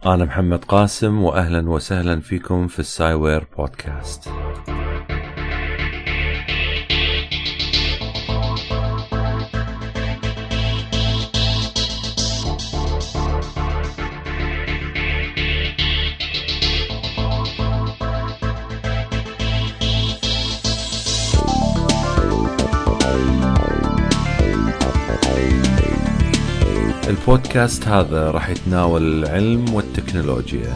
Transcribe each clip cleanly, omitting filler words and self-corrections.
أنا محمد قاسم وأهلا وسهلا فيكم في السايوير بودكاست. البودكاست هذا راح يتناول العلم والتكنولوجيا.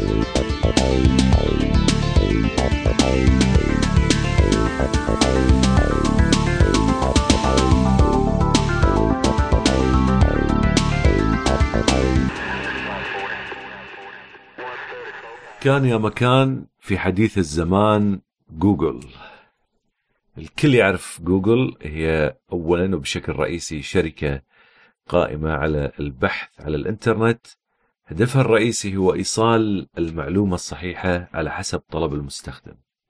كان يا مكان في حديث الزمان جوجل. الكل يعرف جوجل، هي أولا وبشكل رئيسي شركة قائمة على البحث على الإنترنت. هدفها الرئيسي هو إيصال المعلومة الصحيحة على حسب طلب المستخدم،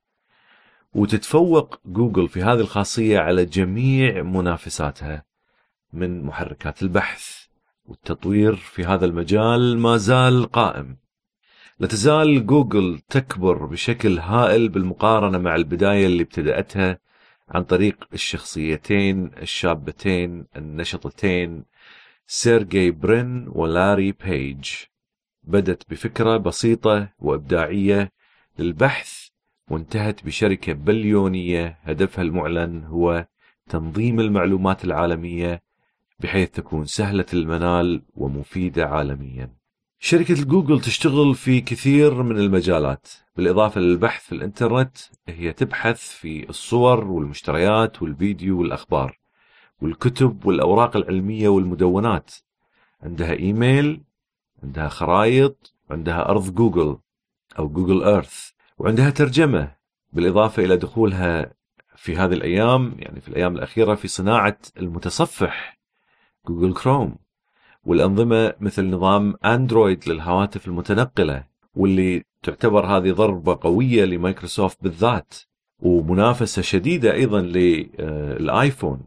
وتتفوق جوجل في هذه الخاصية على جميع منافساتها من محركات البحث، والتطوير في هذا المجال ما زال قائم. لا تزال جوجل تكبر بشكل هائل بالمقارنة مع البداية اللي ابتدأتها عن طريق الشخصيتين الشابتين النشطتين سيرجي برين ولاري بيج. بدت بفكرة بسيطة وإبداعية للبحث، وانتهت بشركة بليونية هدفها المعلن هو تنظيم المعلومات العالمية بحيث تكون سهلة المنال ومفيدة عالميا. شركة جوجل تشتغل في كثير من المجالات، بالإضافة للبحث في الإنترنت هي تبحث في الصور والمشتريات والفيديو والأخبار والكتب والأوراق العلمية والمدونات. عندها إيميل، عندها خرائط، عندها أرض جوجل أو جوجل أيرث، وعندها ترجمة، بالإضافة إلى دخولها في هذه الأيام، يعني في الأيام الأخيرة، في صناعة المتصفح جوجل كروم، والأنظمة مثل نظام أندرويد للهواتف المتنقلة، واللي تعتبر هذه ضربة قوية لمايكروسوفت بالذات، ومنافسة شديدة أيضا للآيفون.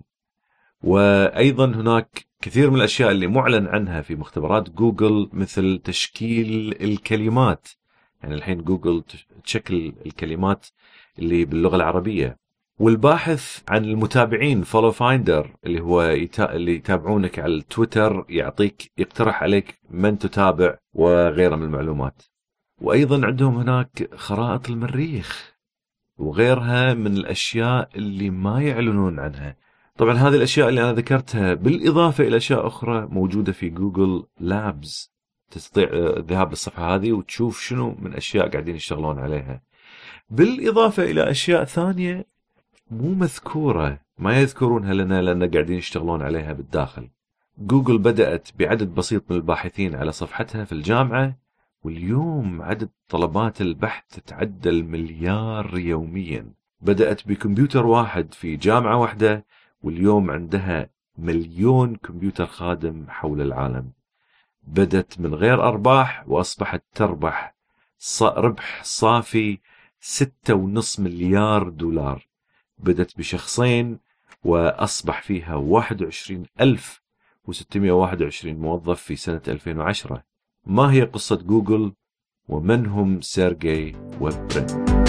وأيضا هناك كثير من الأشياء اللي معلن عنها في مختبرات جوجل، مثل تشكيل الكلمات. يعني الحين جوجل تشكل الكلمات اللي باللغة العربية، والباحث عن المتابعين فولو فايندر اللي هو اللي يتابعونك على التويتر، يعطيك يقترح عليك من تتابع وغيرها من المعلومات. وأيضا عندهم هناك خرائط المريخ وغيرها من الأشياء اللي ما يعلنون عنها. طبعا هذه الأشياء اللي أنا ذكرتها بالإضافة إلى أشياء أخرى موجودة في جوجل لابز. تستطيع الذهاب للصفحة هذه وتشوف شنو من أشياء قاعدين يشتغلون عليها، بالإضافة إلى أشياء ثانية مو مذكورة، ما يذكرونها لنا لأن قاعدين يشتغلون عليها بالداخل. جوجل بدأت بعدد بسيط من الباحثين على صفحتها في الجامعة، واليوم عدد طلبات البحث تتعدى 1,000,000,000 يوميا. بدأت بكمبيوتر واحد في جامعة واحدة، واليوم عندها 1,000,000 كمبيوتر خادم حول العالم. بدأت من غير أرباح وأصبحت تربح ربح صافي 6.5 مليار دولار. بدأت بشخصين وأصبح فيها 21,621 موظف في سنة 2010. ما هي قصة جوجل ومن هم سيرجي وبرين؟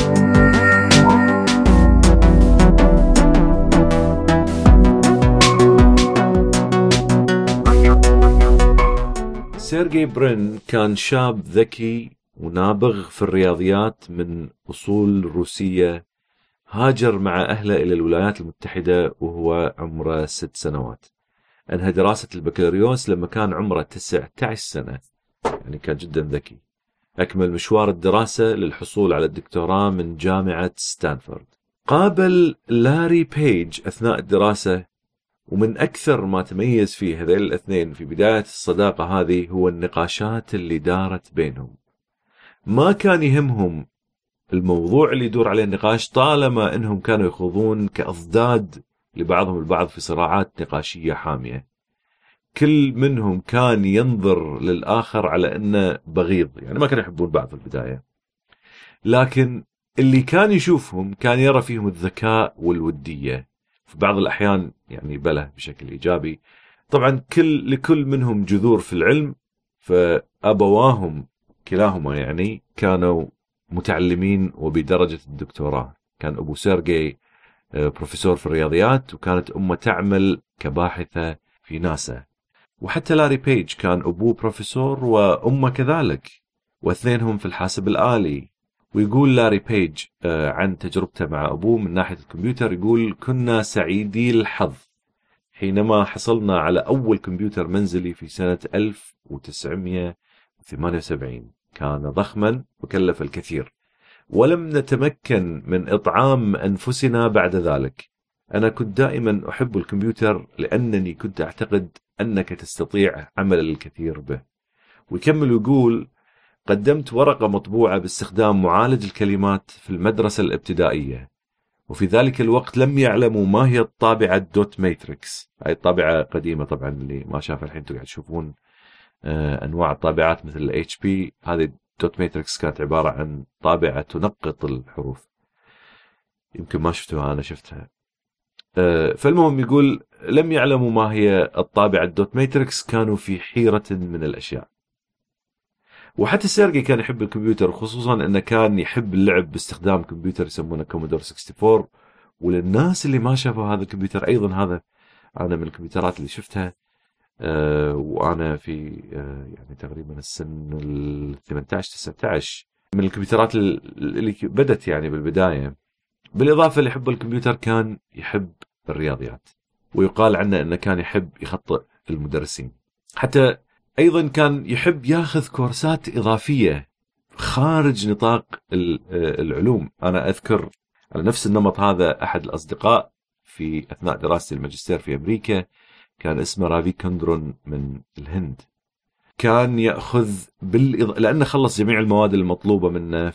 سيرجي برين كان شاب ذكي ونابغ في الرياضيات من أصول روسية. هاجر مع أهله إلى الولايات المتحدة وهو عمره 6 سنوات. أنهى دراسة البكالوريوس لما كان عمره 19 سنة، يعني كان جدا ذكي. أكمل مشوار الدراسة للحصول على الدكتوراه من جامعة ستانفورد. قابل لاري بيج أثناء الدراسة، ومن أكثر ما تميز فيه هذين الاثنين في بداية الصداقة هذه هو النقاشات اللي دارت بينهم. ما كان يهمهم الموضوع اللي يدور عليه النقاش، طالما أنهم كانوا يخوضون كأضداد لبعضهم البعض في صراعات نقاشية حامية. كل منهم كان ينظر للآخر على أنه بغيض، يعني ما كانوا يحبون بعض في البداية، لكن اللي كان يشوفهم كان يرى فيهم الذكاء والودية، في بعض الأحيان يعني بله بشكل إيجابي. طبعا لكل منهم جذور في العلم، فأبواهم كلاهما يعني كانوا متعلمين وبدرجة الدكتوراه. كان أبو سيرجي بروفيسور في الرياضيات، وكانت أمه تعمل كباحثة في ناسا. وحتى لاري بيج كان أبوه بروفيسور وأمه كذلك، واثنينهم في الحاسب الآلي. ويقول لاري بيج عن تجربته مع أبوه من ناحية الكمبيوتر، يقول: كنا سعيدي الحظ حينما حصلنا على أول كمبيوتر منزلي في سنة 1978. كان ضخما وكلف الكثير، ولم نتمكن من إطعام أنفسنا بعد ذلك. أنا كنت دائما أحب الكمبيوتر لأنني كنت أعتقد أنك تستطيع عمل الكثير به. ويكمل ويقول: قدمت ورقة مطبوعة باستخدام معالج الكلمات في المدرسة الابتدائية، وفي ذلك الوقت لم يعلموا ما هي الطابعة دوت ماتريكس. هاي الطابعة قديمة طبعا، اللي ما شاف الحين قاعد تشوفون أنواع الطابعات مثل ال HP. هذه دوت ماتريكس كانت عبارة عن طابعة تنقط الحروف، يمكن ما شفتوها، أنا شفتها. فالمهم يقول: لم يعلموا ما هي الطابعة دوت ماتريكس، كانوا في حيرة من الأشياء. وحتى سيرجي كان يحب الكمبيوتر، خصوصا أنه كان يحب اللعب باستخدام كمبيوتر يسمونه كومودور 64. وللناس اللي ما شافوا هذا الكمبيوتر، أيضا هذا أنا من الكمبيوترات اللي شفتها وأنا في يعني تقريبا السن 18-19، من الكمبيوترات اللي بدت يعني بالبداية. بالإضافة اللي يحب الكمبيوتر كان يحب الرياضيات، ويقال عنه أنه كان يحب يخطئ المدرسين. حتى أيضا كان يحب ياخذ كورسات إضافية خارج نطاق العلوم. أنا أذكر على نفس النمط هذا أحد الأصدقاء في أثناء دراستي الماجستير في أمريكا، كان اسمه رافي كندرون من الهند. كان يأخذ لأنه خلص جميع المواد المطلوبة منه،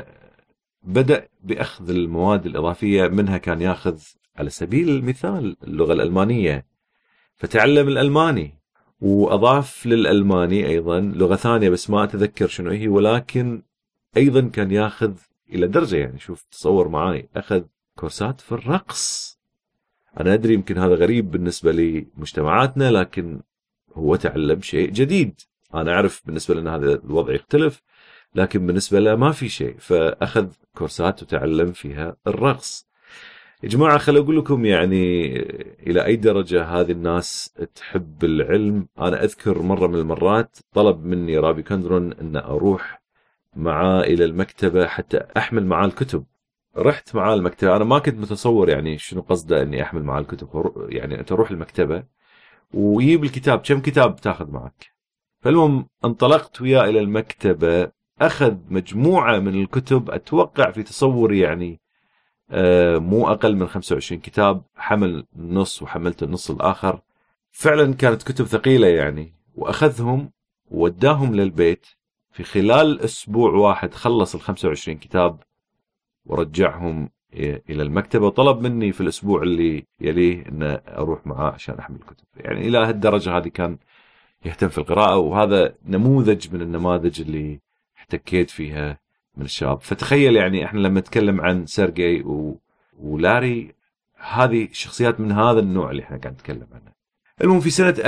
فبدأ بأخذ المواد الإضافية. منها كان يأخذ على سبيل المثال اللغة الألمانية، فتعلم الألماني، وأضاف للألماني أيضا لغة ثانية بس ما أتذكر شنو هي، ولكن أيضا كان يأخذ إلى درجة، يعني شوف تصور معاي، أخذ كورسات في الرقص. أنا أدري يمكن هذا غريب بالنسبة لمجتمعاتنا، لكن هو تعلم شيء جديد. أنا أعرف بالنسبة لنا هذا الوضع يختلف، لكن بالنسبة له ما في شيء، فأخذ كورسات وتعلم فيها الرقص. يا جماعة خلوا أقول لكم يعني إلى أي درجة هذه الناس تحب العلم. أنا أذكر مرة من المرات طلب مني رافي كندرون أن أروح معاه إلى المكتبة حتى أحمل معاه الكتب. رحت معاه المكتبة، أنا ما كنت متصور يعني شنو قصده أني أحمل معاه الكتب. يعني أنت روح المكتبة ويجيب الكتاب، كم كتاب تاخذ معك؟ فالمهم انطلقت وياه إلى المكتبة، أخذ مجموعة من الكتب، أتوقع في تصوري يعني مو أقل من 25 كتاب. حمل النص وحملت النص الآخر. فعلا كانت كتب ثقيلة يعني، وأخذهم ووداهم للبيت. في خلال أسبوع واحد خلص 25 كتاب ورجعهم إلى المكتبة، وطلب مني في الأسبوع اللي يليه أن أروح معاه عشان أحمل الكتب. يعني إلى هالدرجة هذه كان يهتم في القراءة، وهذا نموذج من النماذج اللي احتكيت فيها من الشباب. فتخيل يعني احنا لما نتكلم عن سيرجي ولاري، هذه شخصيات من هذا النوع اللي احنا قاعد نتكلم عنه. المهم في سنة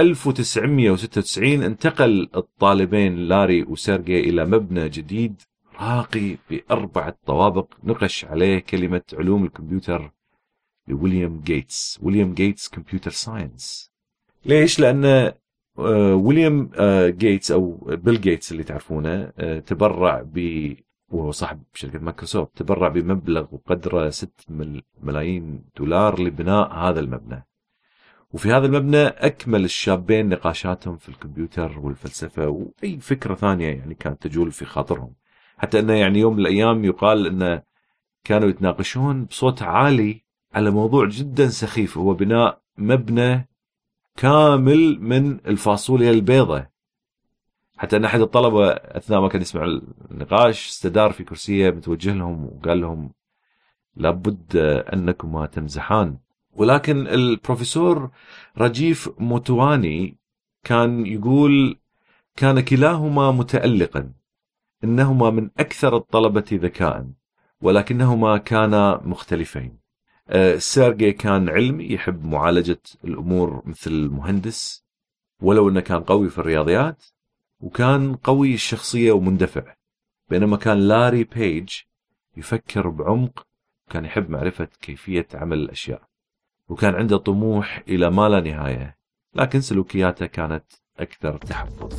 1996 انتقل الطالبين لاري وسيرجي إلى مبنى جديد راقي ب4 طوابق نقش عليه كلمة علوم الكمبيوتر لويليام جيتس. ويليام جيتس كمبيوتر ساينس. ليش؟ لأن ويليام جيتس أو بيل جيتس اللي تعرفونه تبرع وهو صاحب شركة مايكروسوفت، تبرع بمبلغ وقدره 6 ملايين دولار لبناء هذا المبنى. وفي هذا المبنى أكمل الشابين نقاشاتهم في الكمبيوتر والفلسفة وأي فكرة ثانية يعني كانت تجول في خاطرهم. حتى أنه يعني يوم من الأيام يقال أنه كانوا يتناقشون بصوت عالي على موضوع جدا سخيف، هو بناء مبنى كامل من الفاصوليا البيضاء. حتى أن أحد الطلبة أثناء ما كان يسمع النقاش استدار في كرسيه متوجه لهم وقال لهم: لابد أنكما تمزحان. ولكن البروفيسور راجيف موتواني كان يقول: كان كلاهما متألقا، إنهما من أكثر الطلبة ذكاء، ولكنهما كانا مختلفين. سيرجي كان علمي، يحب معالجة الأمور مثل المهندس، ولو أنه كان قوي في الرياضيات. وكان قوي الشخصية ومندفع، بينما كان لاري بيج يفكر بعمق، وكان يحب معرفة كيفية عمل الأشياء، وكان عنده طموح إلى ما لا نهاية، لكن سلوكياته كانت أكثر تحفظ.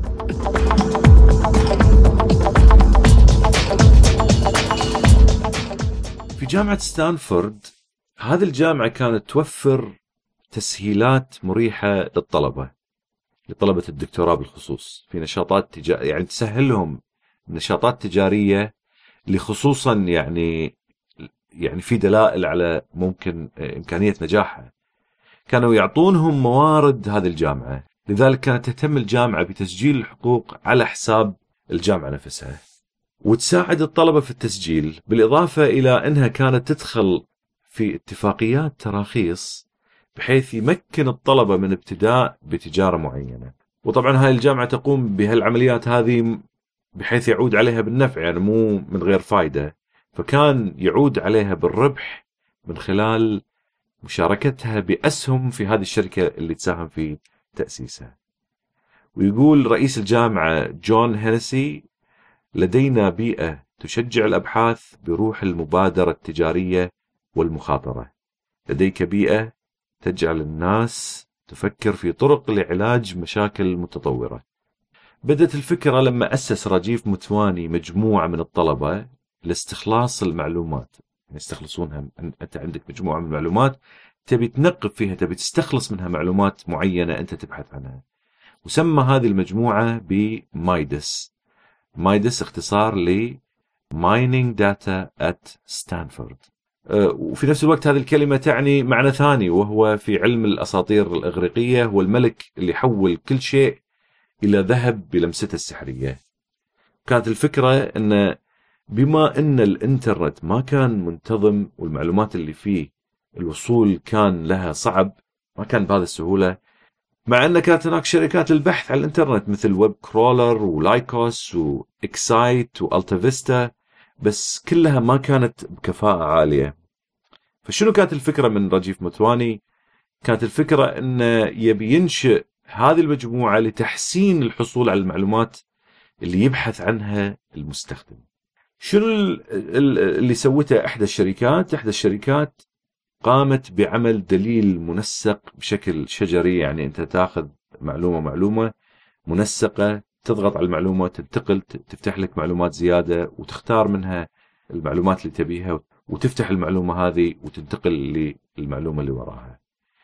في جامعة ستانفورد، هذه الجامعة كانت توفر تسهيلات مريحة لطلبة الدكتوراه بالخصوص، في نشاطات يعني تسهلهم نشاطات تجارية، لخصوصا يعني في دلائل على ممكن إمكانية نجاحها. كانوا يعطونهم موارد هذه الجامعة، لذلك كانت تهتم الجامعة بتسجيل الحقوق على حساب الجامعة نفسها، وتساعد الطلبة في التسجيل، بالإضافة إلى أنها كانت تدخل في اتفاقيات تراخيص بحيث يمكن الطلبة من ابتداء بتجارة معينة. وطبعا هاي الجامعة تقوم بهالعمليات هذه بحيث يعود عليها بالنفع، يعني مو من غير فايدة، فكان يعود عليها بالربح من خلال مشاركتها بأسهم في هذه الشركة اللي تساهم في تأسيسها. ويقول رئيس الجامعة جون هينسي: لدينا بيئة تشجع الأبحاث بروح المبادرة التجارية والمخاطرة. لديك بيئة تجعل الناس تفكر في طرق لعلاج مشاكل متطورة. بدأت الفكرة لما أسس راجيف موتواني مجموعة من الطلبة لاستخلاص المعلومات، يستخلصونها. أنت عندك مجموعة من المعلومات تبي تنقب فيها، تبي تستخلص منها معلومات معينة أنت تبحث عنها، وسمى هذه المجموعة بمايدس. مايدس اختصار ل Mining Data at Stanford. وفي نفس الوقت هذه الكلمة تعني معنى ثاني، وهو في علم الأساطير الإغريقية هو الملك اللي حول كل شيء إلى ذهب بلمسته السحرية. كانت الفكرة أن بما أن الإنترنت ما كان منتظم، والمعلومات اللي فيه الوصول كان لها صعب، ما كان بهذه السهولة، مع أن كانت هناك شركات للبحث على الإنترنت مثل ويب كرولر ولايكوس وإكسايت وألتا فيستا، بس كلها ما كانت بكفاءة عالية. فشنو كانت الفكرة من راجيف موتواني؟ كانت الفكرة أنه يبي ينشئ هذه المجموعة لتحسين الحصول على المعلومات اللي يبحث عنها المستخدم. شنو اللي سوته إحدى الشركات قامت بعمل دليل منسق بشكل شجري، يعني أنت تأخذ معلومة منسقة، تضغط على المعلومة، تنتقل، تفتح لك معلومات زيادة، وتختار منها المعلومات اللي تبيها، وتفتح المعلومة هذه وتنتقل للمعلومة اللي وراها.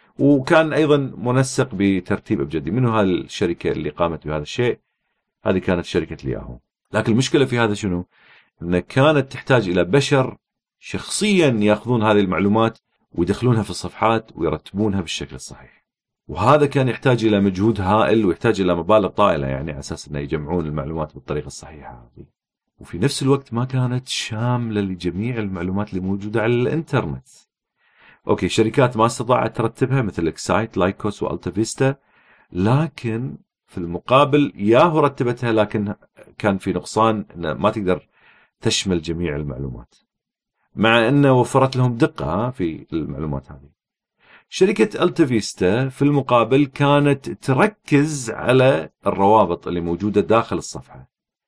وكان أيضا منسق بترتيب أبجدي. منه هذه الشركة اللي قامت بهذا الشيء؟ هذه كانت شركة الياهو. لكن المشكلة في هذا شنو؟ أن كانت تحتاج إلى بشر شخصيا يأخذون هذه المعلومات ويدخلونها في الصفحات ويرتبونها بالشكل الصحيح، وهذا كان يحتاج إلى مجهود هائل ويحتاج إلى مبالغ طائلة، يعني على أساس أنه يجمعون المعلومات بالطريقة الصحيحة هذه. وفي نفس الوقت ما كانت شاملة لجميع المعلومات اللي موجودة على الإنترنت. أوكي، شركات ما استطاعت ترتبها مثل إكسايت، لايكوس وألتا فيستا، لكن في المقابل ياهو رتبتها، لكن كان في نقصان أنه ما تقدر تشمل جميع المعلومات، مع أنه وفرت لهم دقة في المعلومات هذه. شركة ألتا فيستا في المقابل كانت تركز على الروابط اللي موجودة داخل الصفحة،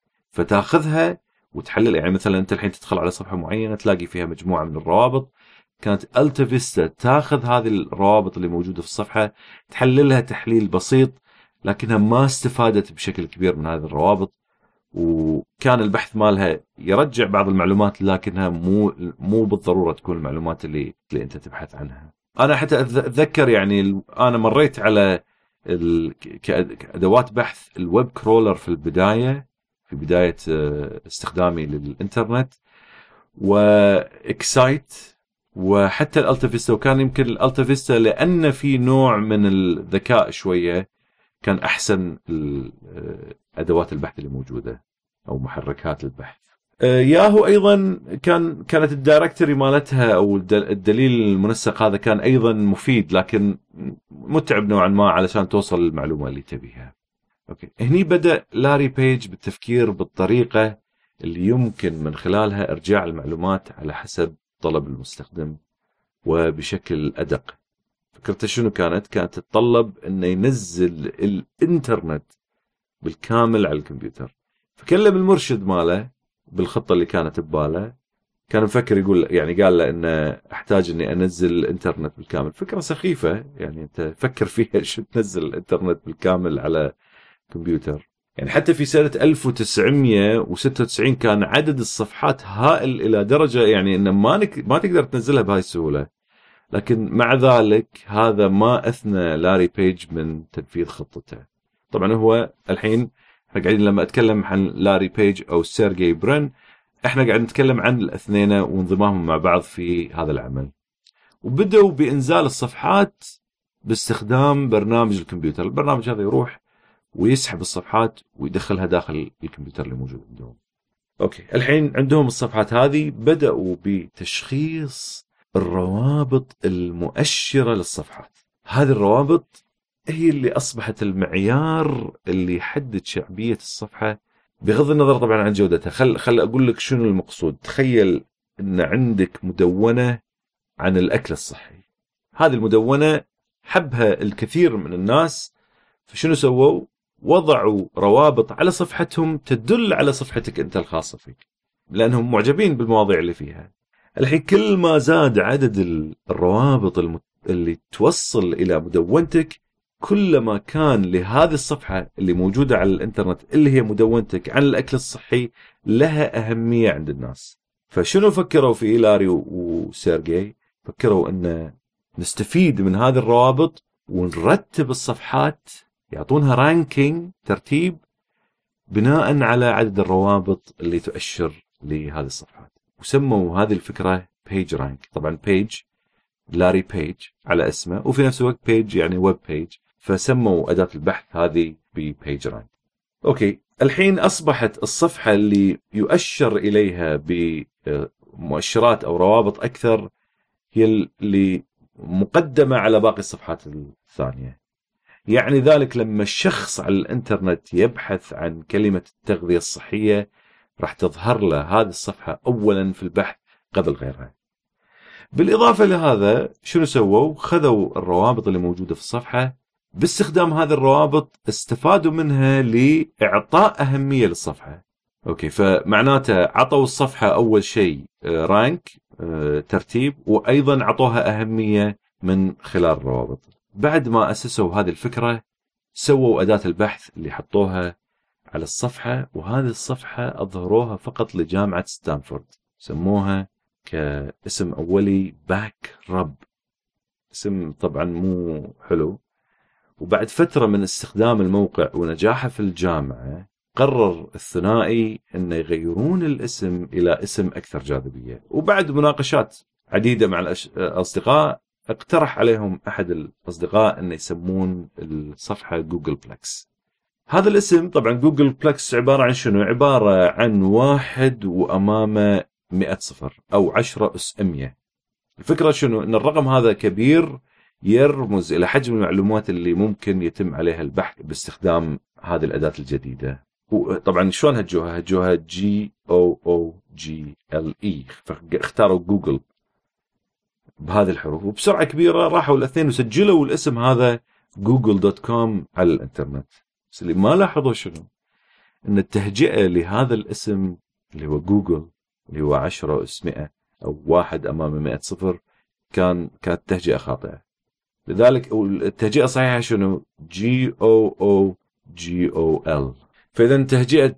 فتاخذها وتحلل. يعني مثلا أنت الحين تدخل على صفحة معينة تلاقي فيها مجموعة من الروابط، كانت ألتا فيستا تاخذ هذه الروابط اللي موجودة في الصفحة، تحللها تحليل بسيط، لكنها ما استفادت بشكل كبير من هذه الروابط، وكان البحث مالها يرجع بعض المعلومات، لكنها مو بالضرورة تكون المعلومات اللي أنت تبحث عنها. أنا حتى أتذكر، يعني أنا مريت على كأدوات بحث الويب كرولر في البداية، في بداية استخدامي للإنترنت، وإكسايت، وحتى الألتا فيستا. وكان يمكن الألتا فيستا لأن في نوع من الذكاء شوية كان أحسن أدوات البحث اللي موجودة أو محركات البحث. ياهو أيضا كانت الدايركتوري مالتها أو الدليل المنسق هذا كان أيضا مفيد، لكن متعب نوعا ما علشان توصل للمعلومة اللي تبيها. أوكي، هني بدأ لاري بيج بالتفكير بالطريقة اللي يمكن من خلالها إرجاع المعلومات على حسب طلب المستخدم وبشكل أدق. فكرته شنو كانت تتطلب أنه ينزل الإنترنت بالكامل على الكمبيوتر. فكلم المرشد ماله بالخطة اللي كانت بباله، كان مفكر يقول يعني قال له إن أحتاج إني أنزل الإنترنت بالكامل. فكرة سخيفة يعني، أنت فكر فيها شو تنزل الإنترنت بالكامل على كمبيوتر؟ يعني حتى في سنة 1996 كان عدد الصفحات هائل إلى درجة يعني إن ما تقدر تنزلها بهاي السهولة. لكن مع ذلك هذا ما أثنى لاري بيج من تنفيذ خطته. طبعا هو الحين احنا قاعدين لما أتكلم عن لاري بيج أو سيرجي برين، احنا قاعد نتكلم عن الاثنين وانضمامهم مع بعض في هذا العمل. وبدأوا بإنزال الصفحات باستخدام برنامج الكمبيوتر. البرنامج هذا يروح ويسحب الصفحات ويدخلها داخل الكمبيوتر اللي موجود عندهم. اوكي، الحين عندهم الصفحات هذه، بدأوا بتشخيص الروابط المؤشرة للصفحات. هذه الروابط هي اللي أصبحت المعيار اللي يحدد شعبية الصفحة، بغض النظر طبعا عن جودتها. خل أقول لك شنو المقصود. تخيل أن عندك مدونة عن الأكل الصحي، هذه المدونة حبها الكثير من الناس، فشنو سووا؟ وضعوا روابط على صفحتهم تدل على صفحتك أنت الخاصة فيك، لأنهم معجبين بالمواضيع اللي فيها. الحين كل ما زاد عدد الروابط اللي توصل إلى مدونتك، كلما كان لهذه الصفحة اللي موجودة على الإنترنت اللي هي مدونتك عن الأكل الصحي لها أهمية عند الناس. فشنو فكروا في لاري وسيرجي؟ فكروا أن نستفيد من هذه الروابط ونرتب الصفحات، يعطونها رانكينج، ترتيب بناء على عدد الروابط اللي تؤشر لهذه الصفحات. وسموا هذه الفكرة بيج رانك. طبعا بيج لاري بيج على اسمه، وفي نفس الوقت بيج يعني ويب بيج، فسموا أداة البحث هذه ببيج رانك. أوكي، الحين أصبحت الصفحة اللي يؤشر إليها بمؤشرات أو روابط أكثر هي اللي مقدمة على باقي الصفحات الثانية. يعني ذلك لما الشخص على الإنترنت يبحث عن كلمة التغذية الصحية راح تظهر له هذه الصفحة أولا في البحث قبل غيرها. بالإضافة لهذا شنو سووا؟ خذوا الروابط اللي موجودة في الصفحة، باستخدام هذه الروابط استفادوا منها لإعطاء أهمية للصفحة. أوكي، فمعناته عطوا الصفحة أول شيء رانك، ترتيب، وأيضا عطوها أهمية من خلال الروابط. بعد ما أسسوا هذه الفكرة سووا أداة البحث اللي حطوها على الصفحة، وهذه الصفحة أظهروها فقط لجامعة ستانفورد، سموها كاسم أولي باك رب، اسم طبعا مو حلو. وبعد فترة من استخدام الموقع ونجاحه في الجامعة، قرر الثنائي أن يغيرون الاسم إلى اسم أكثر جاذبية. وبعد مناقشات عديدة مع الأصدقاء، اقترح عليهم أحد الأصدقاء أن يسمون الصفحة جوجل بلكس. هذا الاسم طبعا جوجل بلكس عبارة عن شنو؟ عبارة عن 1 وأمامه 100 صفر أو 10 أس 100. الفكرة شنو؟ أن الرقم هذا كبير، يرمز إلى حجم المعلومات اللي ممكن يتم عليها البحث باستخدام هذه الأداة الجديدة. وطبعا شلون هجوها GOOGLE، فاختاروا جوجل بهذه الحروف، وبسرعة كبيرة راحوا الاثنين وسجلوا الاسم هذا google.com على الانترنت. بس اللي ما لاحظوا شنو؟ ان التهجئة لهذا الاسم اللي هو جوجل، اللي هو 10 أس 100 أو 1 أمام 100 صفر، كانت تهجئة خاطئة. لذلك التهجئة صحيحة شنو؟ GOOGLE. فإذا تهجئة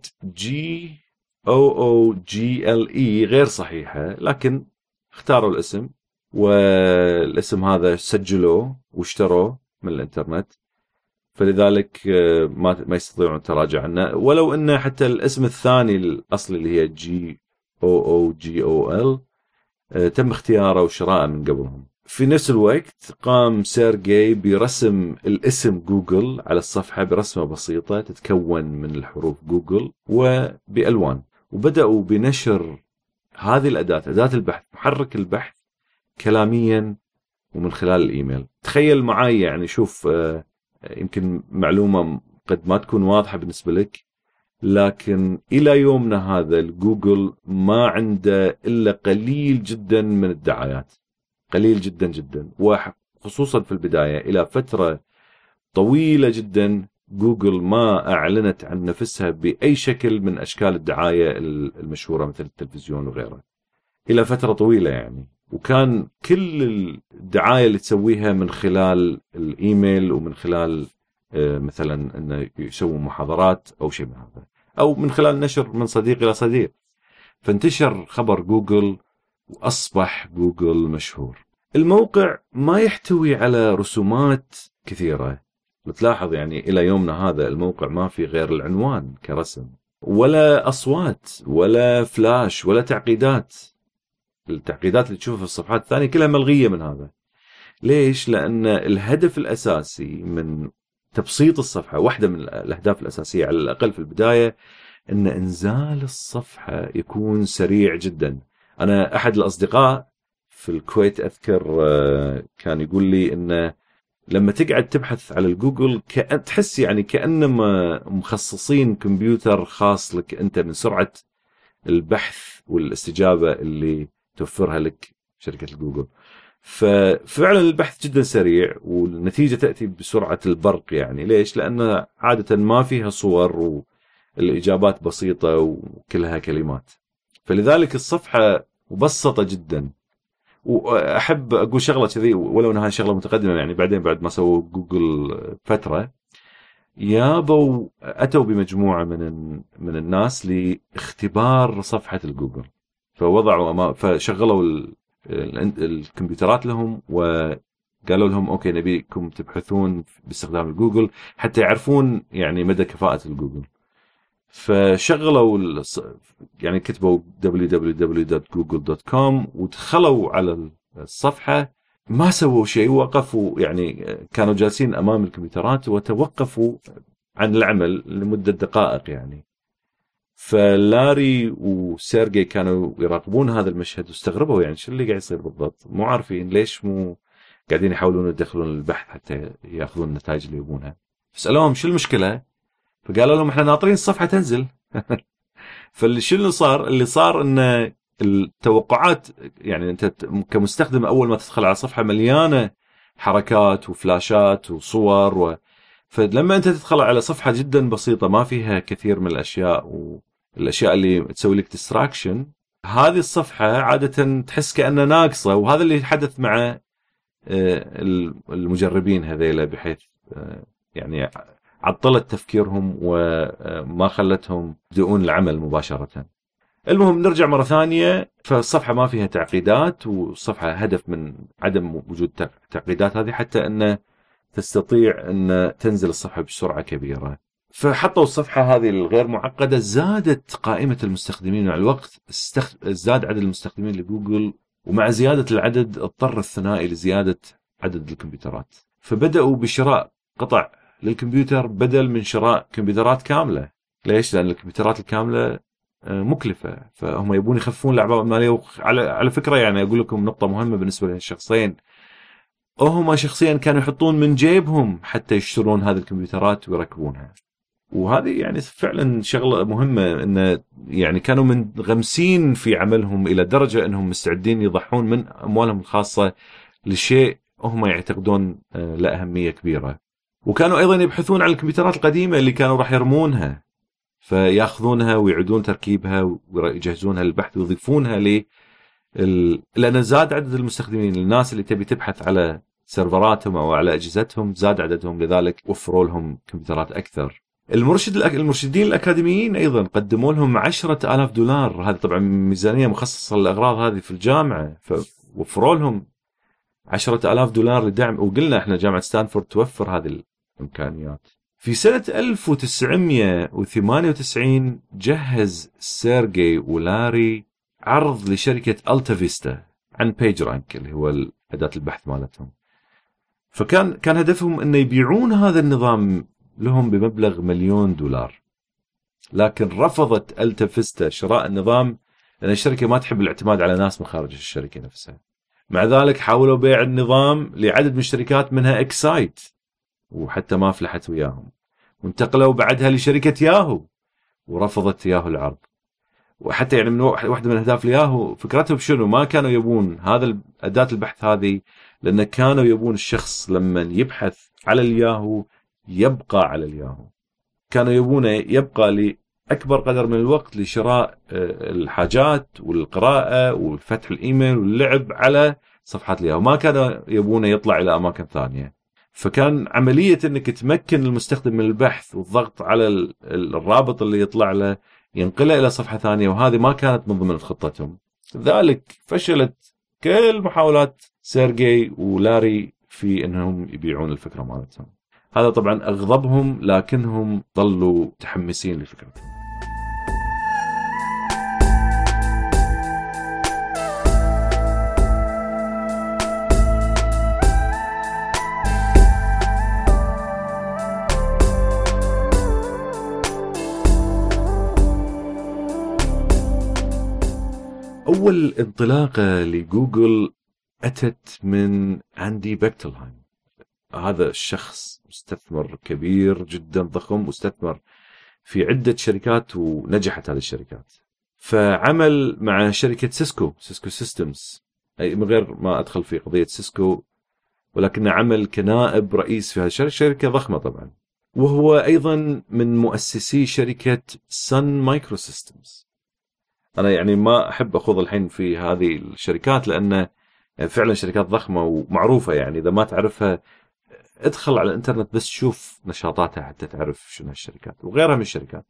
GOOGLE غير صحيحة، لكن اختاروا الاسم، والاسم هذا سجلوه واشتروه من الانترنت، فلذلك ما يستطيعون التراجع عنه. ولو ان حتى الاسم الثاني الاصلي اللي هي GOOGLE تم اختياره وشراءه من قبلهم. في نفس الوقت قام سيرجي برسم الاسم جوجل على الصفحة برسمة بسيطة تتكون من الحروف جوجل وبألوان، وبدأوا بنشر هذه الأداة، أداة البحث، محرك البحث، كلاميا ومن خلال الإيميل. تخيل معي يعني، شوف يمكن معلومة قد ما تكون واضحة بالنسبة لك، لكن إلى يومنا هذا الجوجل ما عنده إلا قليل جدا من الدعايات، قليل جدا جدا، وخصوصا في البداية إلى فترة طويلة جدا جوجل ما أعلنت عن نفسها بأي شكل من أشكال الدعاية المشهورة مثل التلفزيون وغيره إلى فترة طويلة يعني. وكان كل الدعاية اللي تسويها من خلال الإيميل ومن خلال مثلا أنه يسووا محاضرات أو شيء من هذا، أو من خلال نشر من صديق إلى صديق. فانتشر خبر جوجل وأصبح جوجل مشهور. الموقع ما يحتوي على رسومات كثيرة، بتلاحظ يعني إلى يومنا هذا الموقع ما في غير العنوان كرسم، ولا أصوات ولا فلاش ولا تعقيدات. التعقيدات اللي تشوفها في الصفحات الثانية كلها ملغية من هذا. ليش؟ لأن الهدف الأساسي من تبسيط الصفحة، واحدة من الأهداف الأساسية على الأقل في البداية، أن إنزال الصفحة يكون سريع جدا. أنا أحد الأصدقاء في الكويت أذكر كان يقول لي أن لما تقعد تبحث على الجوجل تحس يعني كأنما مخصصين كمبيوتر خاص لك أنت من سرعة البحث والاستجابة اللي توفرها لك شركة الجوجل. ففعلا البحث جدا سريع والنتيجة تأتي بسرعة البرق. يعني ليش؟ لأن عادة ما فيها صور والإجابات بسيطة وكلها كلمات، فلذلك الصفحة مبسطة جدا. وأحب أقول شغلة كذي ولو أنها شغلة متقدمة، يعني بعدين بعد ما سووا جوجل فترة أتوا بمجموعة من الناس لاختبار صفحة الجوجل، فشغلوا الكمبيوترات لهم وقالوا لهم أوكي نبيكم تبحثون باستخدام الجوجل حتى يعرفون يعني مدى كفاءة الجوجل. فشغلوا يعني كتبوا www.google.com ودخلوا على الصفحة، ما سووا شيء، وقفوا يعني كانوا جالسين أمام الكمبيوترات وتوقفوا عن العمل لمدة دقائق يعني. فلاري وسيرجي كانوا يراقبون هذا المشهد واستغربوا يعني شو اللي قاعد يصير بالضبط، مو عارفين ليش مو قاعدين يحاولون يدخلون البحث حتى ياخذون النتائج اللي يبونها. سألوهم شو المشكلة، فقالوا لهم احنا ناطرين الصفحة تنزل. فالشيء اللي صار ان التوقعات يعني انت كمستخدم اول ما تدخل على الصفحة مليانة حركات وفلاشات وصور فلما انت تدخل على صفحة جدا بسيطة ما فيها كثير من الاشياء والاشياء اللي تسوي لك ديستراكشن، هذه الصفحة عادة تحس كأنها ناقصة. وهذا اللي حدث مع المجربين هذيلا، بحيث يعني عطلت تفكيرهم وما خلتهم يبدؤون العمل مباشرة. المهم نرجع مرة ثانية، فالصفحة ما فيها تعقيدات، والصفحة هدف من عدم وجود تعقيدات هذه حتى أن تستطيع أن تنزل الصفحة بسرعة كبيرة. فحطوا الصفحة هذه الغير معقدة، زادت قائمة المستخدمين مع الوقت، زاد عدد المستخدمين لجوجل، ومع زيادة العدد اضطر الثنائي لزيادة عدد الكمبيوترات، فبدأوا بشراء قطع للكمبيوتر بدل من شراء كمبيوترات كاملة. ليش؟ لأن الكمبيوترات الكاملة مكلفة، فهم يبون يخفون الأعباء المالية. على فكرة يعني أقول لكم نقطة مهمة بالنسبة للشخصين، هم شخصيا كانوا يحطون من جيبهم حتى يشترون هذه الكمبيوترات ويركبونها. وهذه يعني فعلا شغلة مهمة، إن يعني كانوا منغمسين في عملهم إلى درجة أنهم مستعدين يضحون من أموالهم الخاصة لشيء هم يعتقدون له أهمية كبيرة. وكانوا أيضا يبحثون عن الكمبيوترات القديمة اللي كانوا راح يرمونها، فياخذونها ويعيدون تركيبها ويجهزونها للبحث ويضيفونها لأن زاد عدد المستخدمين، الناس اللي تبي تبحث على سيرفراتهم أو على أجهزتهم زاد عددهم، لذلك وفروا لهم كمبيوترات أكثر. المرشدين الأكاديميين أيضا قدموا لهم $10,000. هذه طبعا ميزانية مخصصة للأغراض هذه في الجامعة، فوفروا لهم $10,000 لدعم. وقلنا احنا جامعة ستانفورد توفر هذه الإمكانيات. في سنة 1998 جهز سيرجي ولاري عرض لشركة ألتا فيستا عن بيج رانك اللي هو أداة البحث مالتهم. فكان هدفهم أن يبيعون هذا النظام لهم بمبلغ $1,000,000، لكن رفضت ألتا فيستا شراء النظام لأن الشركة ما تحب الاعتماد على ناس من خارج الشركة نفسها. مع ذلك حاولوا بيع النظام لعدد من الشركات منها إكسايت، وحتى ما فلحت وياهم، وانتقلوا بعدها لشركة ياهو ورفضت ياهو العرض. وحتى يعني من واحدة من أهداف ياهو فكرتهم شنو؟ ما كانوا يبون هذا أداة البحث هذه، لأن كانوا يبون الشخص لما يبحث على الياهو يبقى على الياهو. كانوا يبونه يبقى لأكبر قدر من الوقت لشراء الحاجات والقراءة والفتح الإيميل واللعب على صفحات الياهو، ما كانوا يبونه يطلع إلى أماكن ثانية. فكان عملية أنك تمكن المستخدم من البحث والضغط على الرابط اللي يطلع له ينقله إلى صفحة ثانية، وهذه ما كانت من ضمن خطتهم. لذلك فشلت كل محاولات سيرجي ولاري في أنهم يبيعون الفكرة مالتهم. هذا طبعا أغضبهم، لكنهم ظلوا متحمسين لفكرتهم. أول انطلاقة لجوجل أتت من أندي بيكتلهايم. هذا الشخص مستثمر كبير جدا ضخم، واستثمر في عدة شركات ونجحت هذه الشركات. فعمل مع شركة سيسكو سيستمز، أي من غير ما أدخل في قضية سيسكو، ولكنه عمل كنائب رئيس في هذه الشركة ضخمة طبعا. وهو أيضا من مؤسسي شركة سن مايكرو سيستمز. أنا يعني ما أحب أخوض الحين في هذه الشركات لأن فعلا شركات ضخمة ومعروفة، يعني إذا ما تعرفها ادخل على الانترنت بس شوف نشاطاتها حتى تعرف شنو هالشركات وغيرها من الشركات.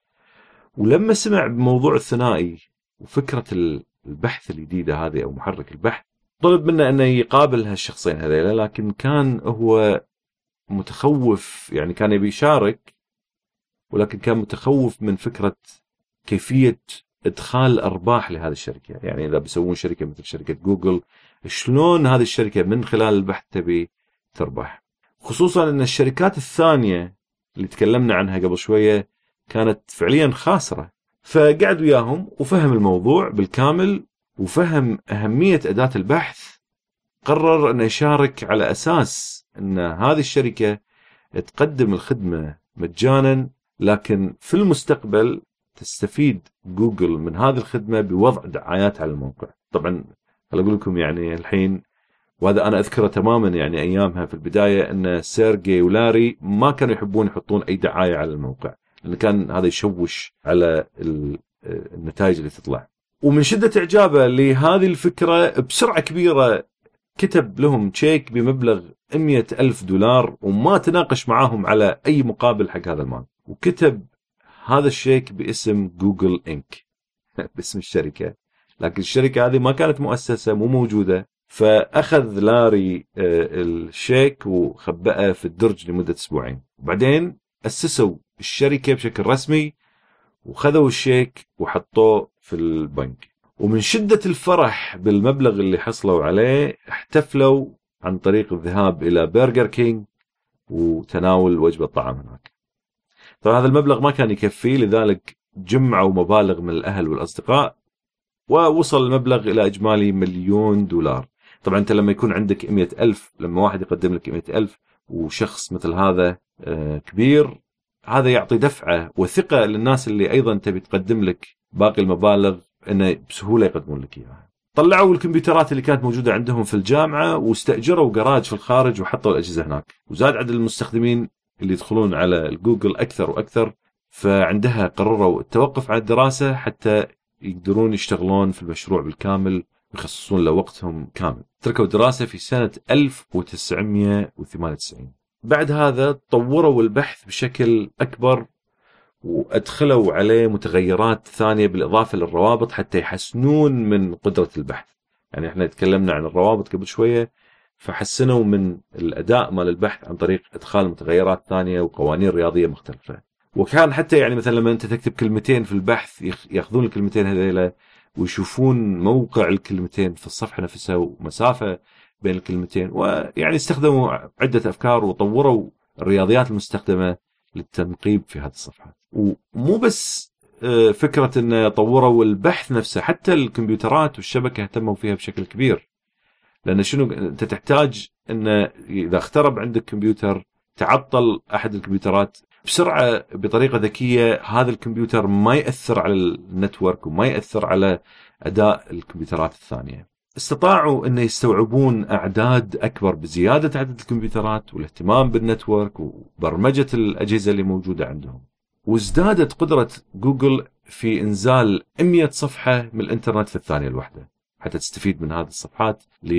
ولما سمع بموضوع الثنائي وفكرة البحث الجديدة هذه أو محرك البحث، طلب منه أنه يقابل هالشخصين هذيلا، لكن كان هو متخوف، يعني كان يبي يشارك ولكن كان متخوف من فكرة كيفية ادخال ارباح لهذه الشركه. يعني اذا بيسوون شركه مثل شركه جوجل، شلون هذه الشركه من خلال البحث تبي تربح؟ خصوصا ان الشركات الثانيه اللي تكلمنا عنها قبل شويه كانت فعليا خاسره. فقعد وياهم وفهم الموضوع بالكامل وفهم اهميه اداه البحث. قرر انه يشارك على اساس ان هذه الشركه تقدم الخدمه مجانا، لكن في المستقبل تستفيد جوجل من هذه الخدمة بوضع دعايات على الموقع. طبعا خل أقول لكم يعني الحين، وهذا أنا أذكره تماما، يعني أيامها في البداية أن سيرجي ولاري ما كانوا يحبون يحطون أي دعاية على الموقع، لأن كان هذا يشوش على النتائج اللي تطلع. ومن شدة إعجابه لهذه الفكرة بسرعة كبيرة كتب لهم تشيك بمبلغ $100,000 وما تناقش معاهم على أي مقابل حق هذا المال، وكتب هذا الشيك باسم جوجل إنك باسم الشركة. لكن الشركة هذه ما كانت مؤسسة، مو موجودة. فأخذ لاري الشيك وخبأه في الدرج لمدة أسبوعين، وبعدين أسسوا الشركة بشكل رسمي وخذوا الشيك وحطوه في البنك. ومن شدة الفرح بالمبلغ اللي حصلوا عليه احتفلوا عن طريق الذهاب إلى برجر كينج وتناول وجبة طعام هناك. طبعا هذا المبلغ ما كان يكفي، لذلك جمعوا مبالغ من الأهل والأصدقاء ووصل المبلغ إلى إجمالي $1,000,000. طبعا أنت لما يكون عندك 100,000، لما واحد يقدم لك 100,000 وشخص مثل هذا كبير، هذا يعطي دفعة وثقة للناس اللي أيضا تبي تقدم لك باقي المبالغ إنه بسهولة يقدمون لك إياها. طلعوا الكمبيوترات اللي كانت موجودة عندهم في الجامعة واستأجروا جراج في الخارج وحطوا الأجهزة هناك، وزاد عدد المستخدمين اللي يدخلون على الجوجل أكثر وأكثر. فعندها قرروا التوقف عن الدراسة حتى يقدرون يشتغلون في المشروع بالكامل ويخصصون له وقتهم كامل. تركوا الدراسة في سنة 1998. بعد هذا طوروا البحث بشكل أكبر وأدخلوا عليه متغيرات ثانية بالإضافة للروابط حتى يحسنون من قدرة البحث. يعني احنا تكلمنا عن الروابط قبل شوية، فحسنوا من الأداء مال البحث عن طريق إدخال متغيرات ثانية وقوانين رياضية مختلفة. وكان حتى يعني مثلا لما أنت تكتب كلمتين في البحث يأخذون الكلمتين هذيلا ويشوفون موقع الكلمتين في الصفحة نفسها ومسافة بين الكلمتين، ويعني استخدموا عدة أفكار وطوروا الرياضيات المستخدمة للتنقيب في هذه الصفحات. ومو بس فكرة أن طوروا البحث نفسه، حتى الكمبيوترات والشبكة اهتموا فيها بشكل كبير. لأن شنو أنت تحتاج أن إذا اخترب عندك كمبيوتر تعطل أحد الكمبيوترات بسرعة بطريقة ذكية، هذا الكمبيوتر ما يأثر على النتورك وما يأثر على أداء الكمبيوترات الثانية. استطاعوا أن يستوعبون أعداد أكبر بزيادة عدد الكمبيوترات والاهتمام بالنتورك وبرمجة الأجهزة اللي موجودة عندهم. وازدادت قدرة جوجل في إنزال 100 صفحة من الإنترنت في الثانية الواحدة حتى تستفيد من هذه الصفحات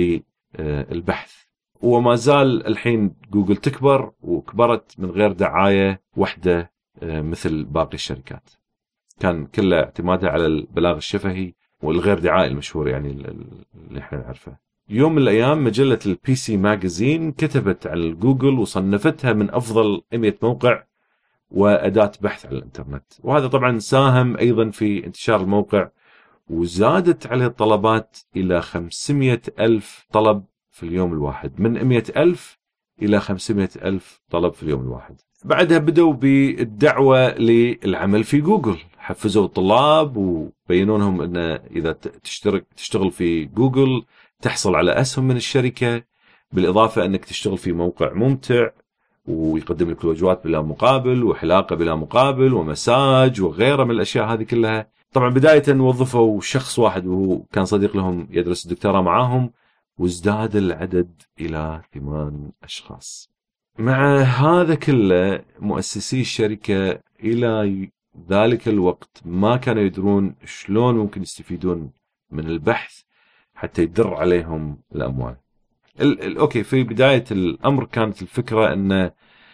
للبحث. وما زال الحين جوجل تكبر، وكبرت من غير دعاية واحدة مثل باقي الشركات. كان كله اعتمادها على البلاغ الشفهي والغير دعائي المشهور يعني اللي احنا نعرفه. يوم من الأيام مجلة البي سي ماجازين كتبت على جوجل وصنفتها من أفضل 100 موقع وأداة بحث على الإنترنت، وهذا طبعا ساهم أيضا في انتشار الموقع، وزادت عليه الطلبات إلى 500 ألف طلب في اليوم الواحد، من 100 ألف إلى 500 ألف طلب في اليوم الواحد. بعدها بدأوا بالدعوة للعمل في جوجل، حفزوا الطلاب وبينوا لهم أن إذا تشتغل في جوجل تحصل على أسهم من الشركة، بالإضافة أنك تشتغل في موقع ممتع ويقدم لك الوجبات بلا مقابل وحلاقة بلا مقابل ومساج وغيرها من الأشياء هذه كلها. طبعا بداية وظفوا شخص واحد وهو كان صديق لهم يدرس الدكتوراه معاهم، وازداد العدد إلى 8 أشخاص. مع هذا كله مؤسسي الشركة إلى ذلك الوقت ما كانوا يدرون شلون ممكن يستفيدون من البحث حتى يدر عليهم الأموال. أوكي، في بداية الأمر كانت الفكرة أن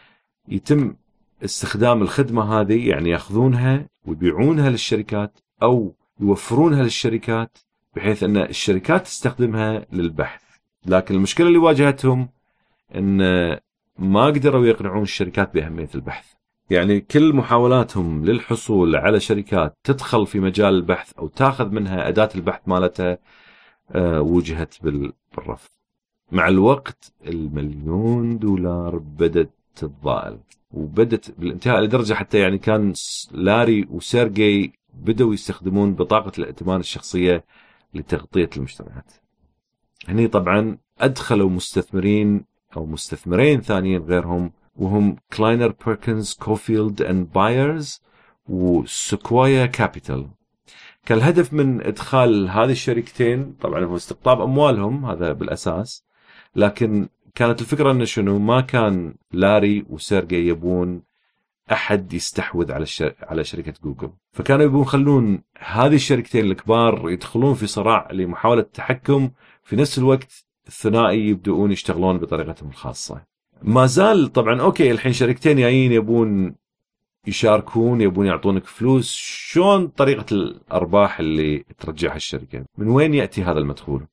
يتم استخدام الخدمة هذه، يعني يأخذونها ويبيعونها للشركات أو يوفرونها للشركات بحيث أن الشركات تستخدمها للبحث. لكن المشكلة اللي واجهتهم أن ما قدروا يقنعون الشركات بأهمية البحث. يعني كل محاولاتهم للحصول على شركات تدخل في مجال البحث أو تأخذ منها أداة البحث مالتها وجهت بالرفض. مع الوقت $1,000,000 بدت تتضاءل، وبدت بالانتهاء لدرجة حتى يعني كان لاري وسيرجي بدأوا يستخدمون بطاقة الائتمان الشخصية لتغطية المجتمعات. هني طبعا أدخلوا مستثمرين أو مستثمرين ثانيين غيرهم، وهم كلاينر بيركنز كوفيلد أند بايرز وسكوايا كابيتال. كان الهدف من إدخال هذه الشركتين طبعا هو استقطاب أموالهم، هذا بالأساس، لكن كانت الفكرة أنه شنو، ما كان لاري وسيرجي يبون أحد يستحوذ على شركة جوجل، فكانوا يبون يخلون هذه الشركتين الكبار يدخلون في صراع لمحاولة التحكم، في نفس الوقت الثنائي يبدؤون يشتغلون بطريقتهم الخاصة. ما زال طبعا أوكي الحين شركتين جايين يبون يشاركون، يبون يعطونك فلوس، شلون طريقة الأرباح اللي ترجعها الشركة؟ من وين يأتي هذا المدخول؟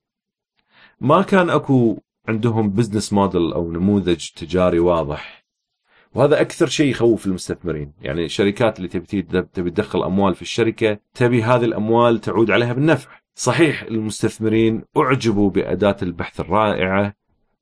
ما كان أكو عندهم بزنس موديل أو نموذج تجاري واضح، وهذا أكثر شيء يخوف المستثمرين. يعني الشركات اللي تبي تدخل أموال في الشركة تبي هذه الأموال تعود عليها بالنفع. صحيح المستثمرين أعجبوا بأداة البحث الرائعة،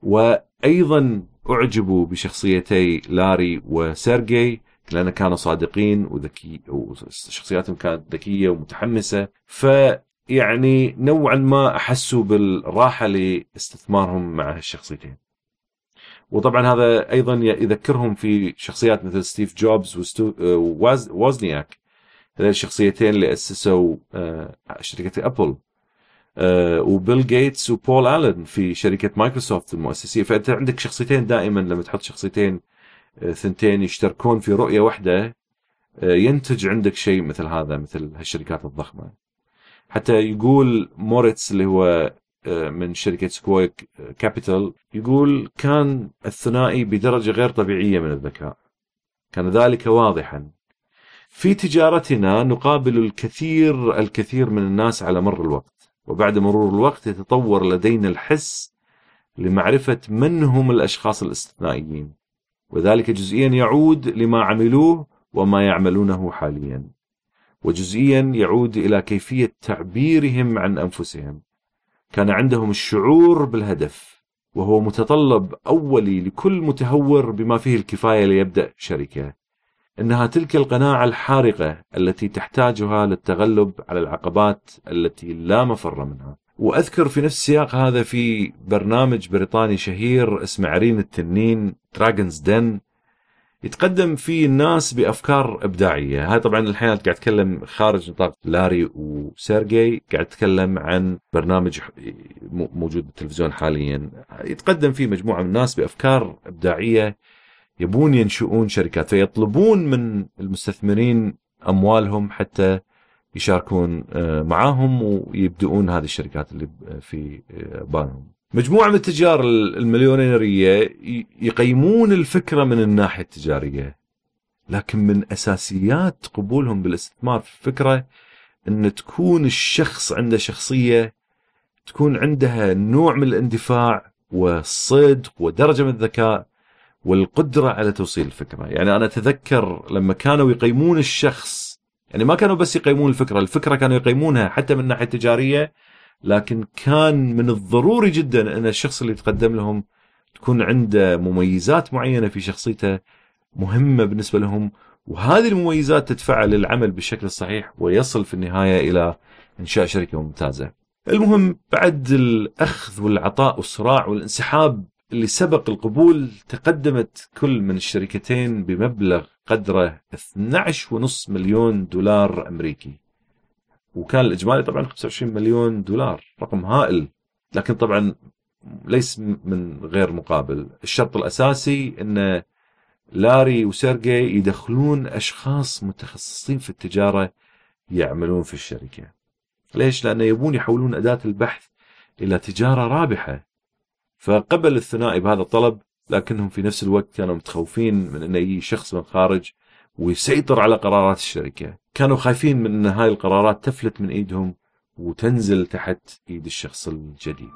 وأيضا أعجبوا بشخصيتي لاري وسيرجي لأن كانوا صادقين وذكي، وشخصياتهم كانت ذكية ومتحمسة، فيعني نوعا ما أحسوا بالراحة لاستثمارهم مع هالشخصيتين. وطبعا هذا أيضا يذكرهم في شخصيات مثل ستيف جوبز ووزنياك، هذه الشخصيتين اللي أسسوا شركة أبل، وبيل جيتس وبول آلن في شركة مايكروسوفت المؤسسية. فأنت عندك شخصيتين، دائما لما تحط شخصيتين ثنتين يشتركون في رؤية واحدة ينتج عندك شيء مثل هذا، مثل هالشركات الضخمة. حتى يقول موريتس اللي هو من شركة سكواي كابيتال، يقول كان الثنائي بدرجة غير طبيعية من الذكاء، كان ذلك واضحا. في تجارتنا نقابل الكثير من الناس على مر الوقت، وبعد مرور الوقت يتطور لدينا الحس لمعرفة من هم الأشخاص الاستثنائيين، وذلك جزئيا يعود لما عملوه وما يعملونه حاليا، وجزئيا يعود إلى كيفية تعبيرهم عن أنفسهم. كان عندهم الشعور بالهدف، وهو متطلب أولي لكل متهور بما فيه الكفاية ليبدأ شركة. إنها تلك القناعة الحارقة التي تحتاجها للتغلب على العقبات التي لا مفر منها. وأذكر في نفس السياق هذا في برنامج بريطاني شهير اسمه عرين التنين، دراجونز دن، يتقدم فيه الناس بأفكار إبداعية. هاي طبعا الحين قاعد أتكلم خارج نطاق لاري وسيرجي، قاعد أتكلم عن برنامج موجود بالتلفزيون حاليا. يتقدم فيه مجموعة من الناس بأفكار إبداعية يبون ينشؤون شركات، فيطلبون من المستثمرين أموالهم حتى يشاركون معاهم ويبدؤون هذه الشركات اللي في بالهم. مجموعة من التجار المليونيرية يقيمون الفكرة من الناحية التجارية، لكن من أساسيات قبولهم بالاستثمار في الفكرة أن تكون الشخص عنده شخصية، تكون عندها نوع من الاندفاع والصدق ودرجة من الذكاء والقدرة على توصيل الفكرة. يعني أنا أتذكر لما كانوا يقيمون الشخص، يعني ما كانوا بس يقيمون الفكرة كانوا يقيمونها حتى من الناحية التجارية، لكن كان من الضروري جدا أن الشخص اللي يتقدم لهم تكون عنده مميزات معينة في شخصيته مهمة بالنسبة لهم، وهذه المميزات تدفعه للعمل بالشكل الصحيح ويصل في النهاية إلى إنشاء شركة ممتازة. المهم بعد الأخذ والعطاء والصراع والانسحاب اللي سبق القبول، تقدمت كل من الشركتين بمبلغ قدره 12.5 مليون دولار أمريكي، وكان الإجمالي طبعا 25 مليون دولار، رقم هائل، لكن طبعا ليس من غير مقابل. الشرط الأساسي أن لاري وسيرجي يدخلون أشخاص متخصصين في التجارة يعملون في الشركة. ليش؟ لأنه يبون يحولون أداة البحث إلى تجارة رابحة. فقبل الثنائي بهذا الطلب، لكنهم في نفس الوقت كانوا متخوفين من أن يجي شخص من خارج ويسيطر على قرارات الشركة. كانوا خايفين من أن هاي القرارات تفلت من إيدهم وتنزل تحت إيد الشخص الجديد.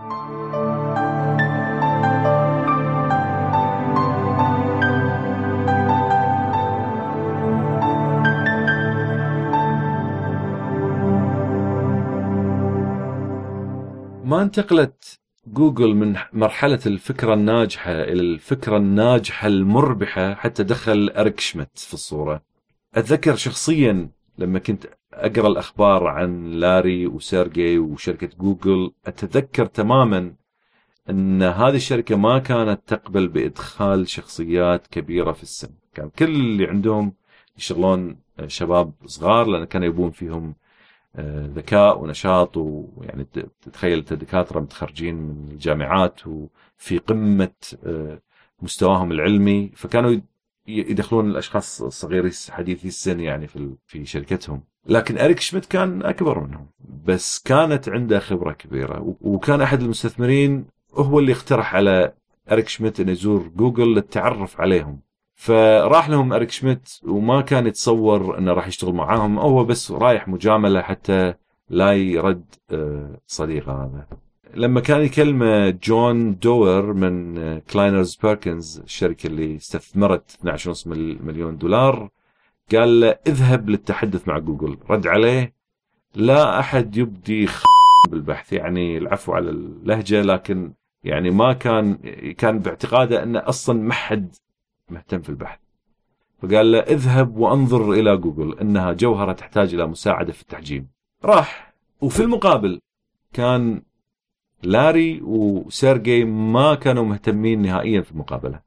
ما انتقلت جوجل من مرحلة الفكرة الناجحة إلى الفكرة الناجحة المربحة حتى دخل إريك شميدت في الصورة. أتذكر شخصيا لما كنت أقرأ الأخبار عن لاري وسيرجي وشركة جوجل، أتذكر تماما أن هذه الشركة ما كانت تقبل بإدخال شخصيات كبيرة في السن. كان كل اللي عندهم يشغلون شباب صغار، لأن كانوا يبون فيهم ذكاء ونشاط، ويعني تتخيل دكاترة متخرجين من الجامعات وفي قمة مستواهم العلمي، فكانوا يدخلون الأشخاص الصغيرين حديثي السن يعني في شركتهم. لكن إريك شميدت كان أكبر منهم، بس كانت عنده خبرة كبيرة، وكان أحد المستثمرين هو اللي اقترح على إريك شميدت أن يزور جوجل للتعرف عليهم. فراح لهم إريك شميدت وما كان يتصور أنه راح يشتغل معاهم، هو بس رايح مجاملة حتى لا يرد صديقه هذا. لما كان يكلم جون دوور من كلاينرز بيركنز، الشركة اللي استثمرت 12.5 مليون دولار، قال له اذهب للتحدث مع جوجل. رد عليه لا أحد يبدي بالبحث، يعني العفو على اللهجة، لكن يعني ما كان باعتقاده أنه أصلا ما حد مهتم في البحث. فقال له اذهب وانظر إلى جوجل، إنها جوهرة تحتاج إلى مساعدة في التحجيم. راح، وفي المقابل كان لاري وسيرجي ما كانوا مهتمين نهائيا في المقابلة،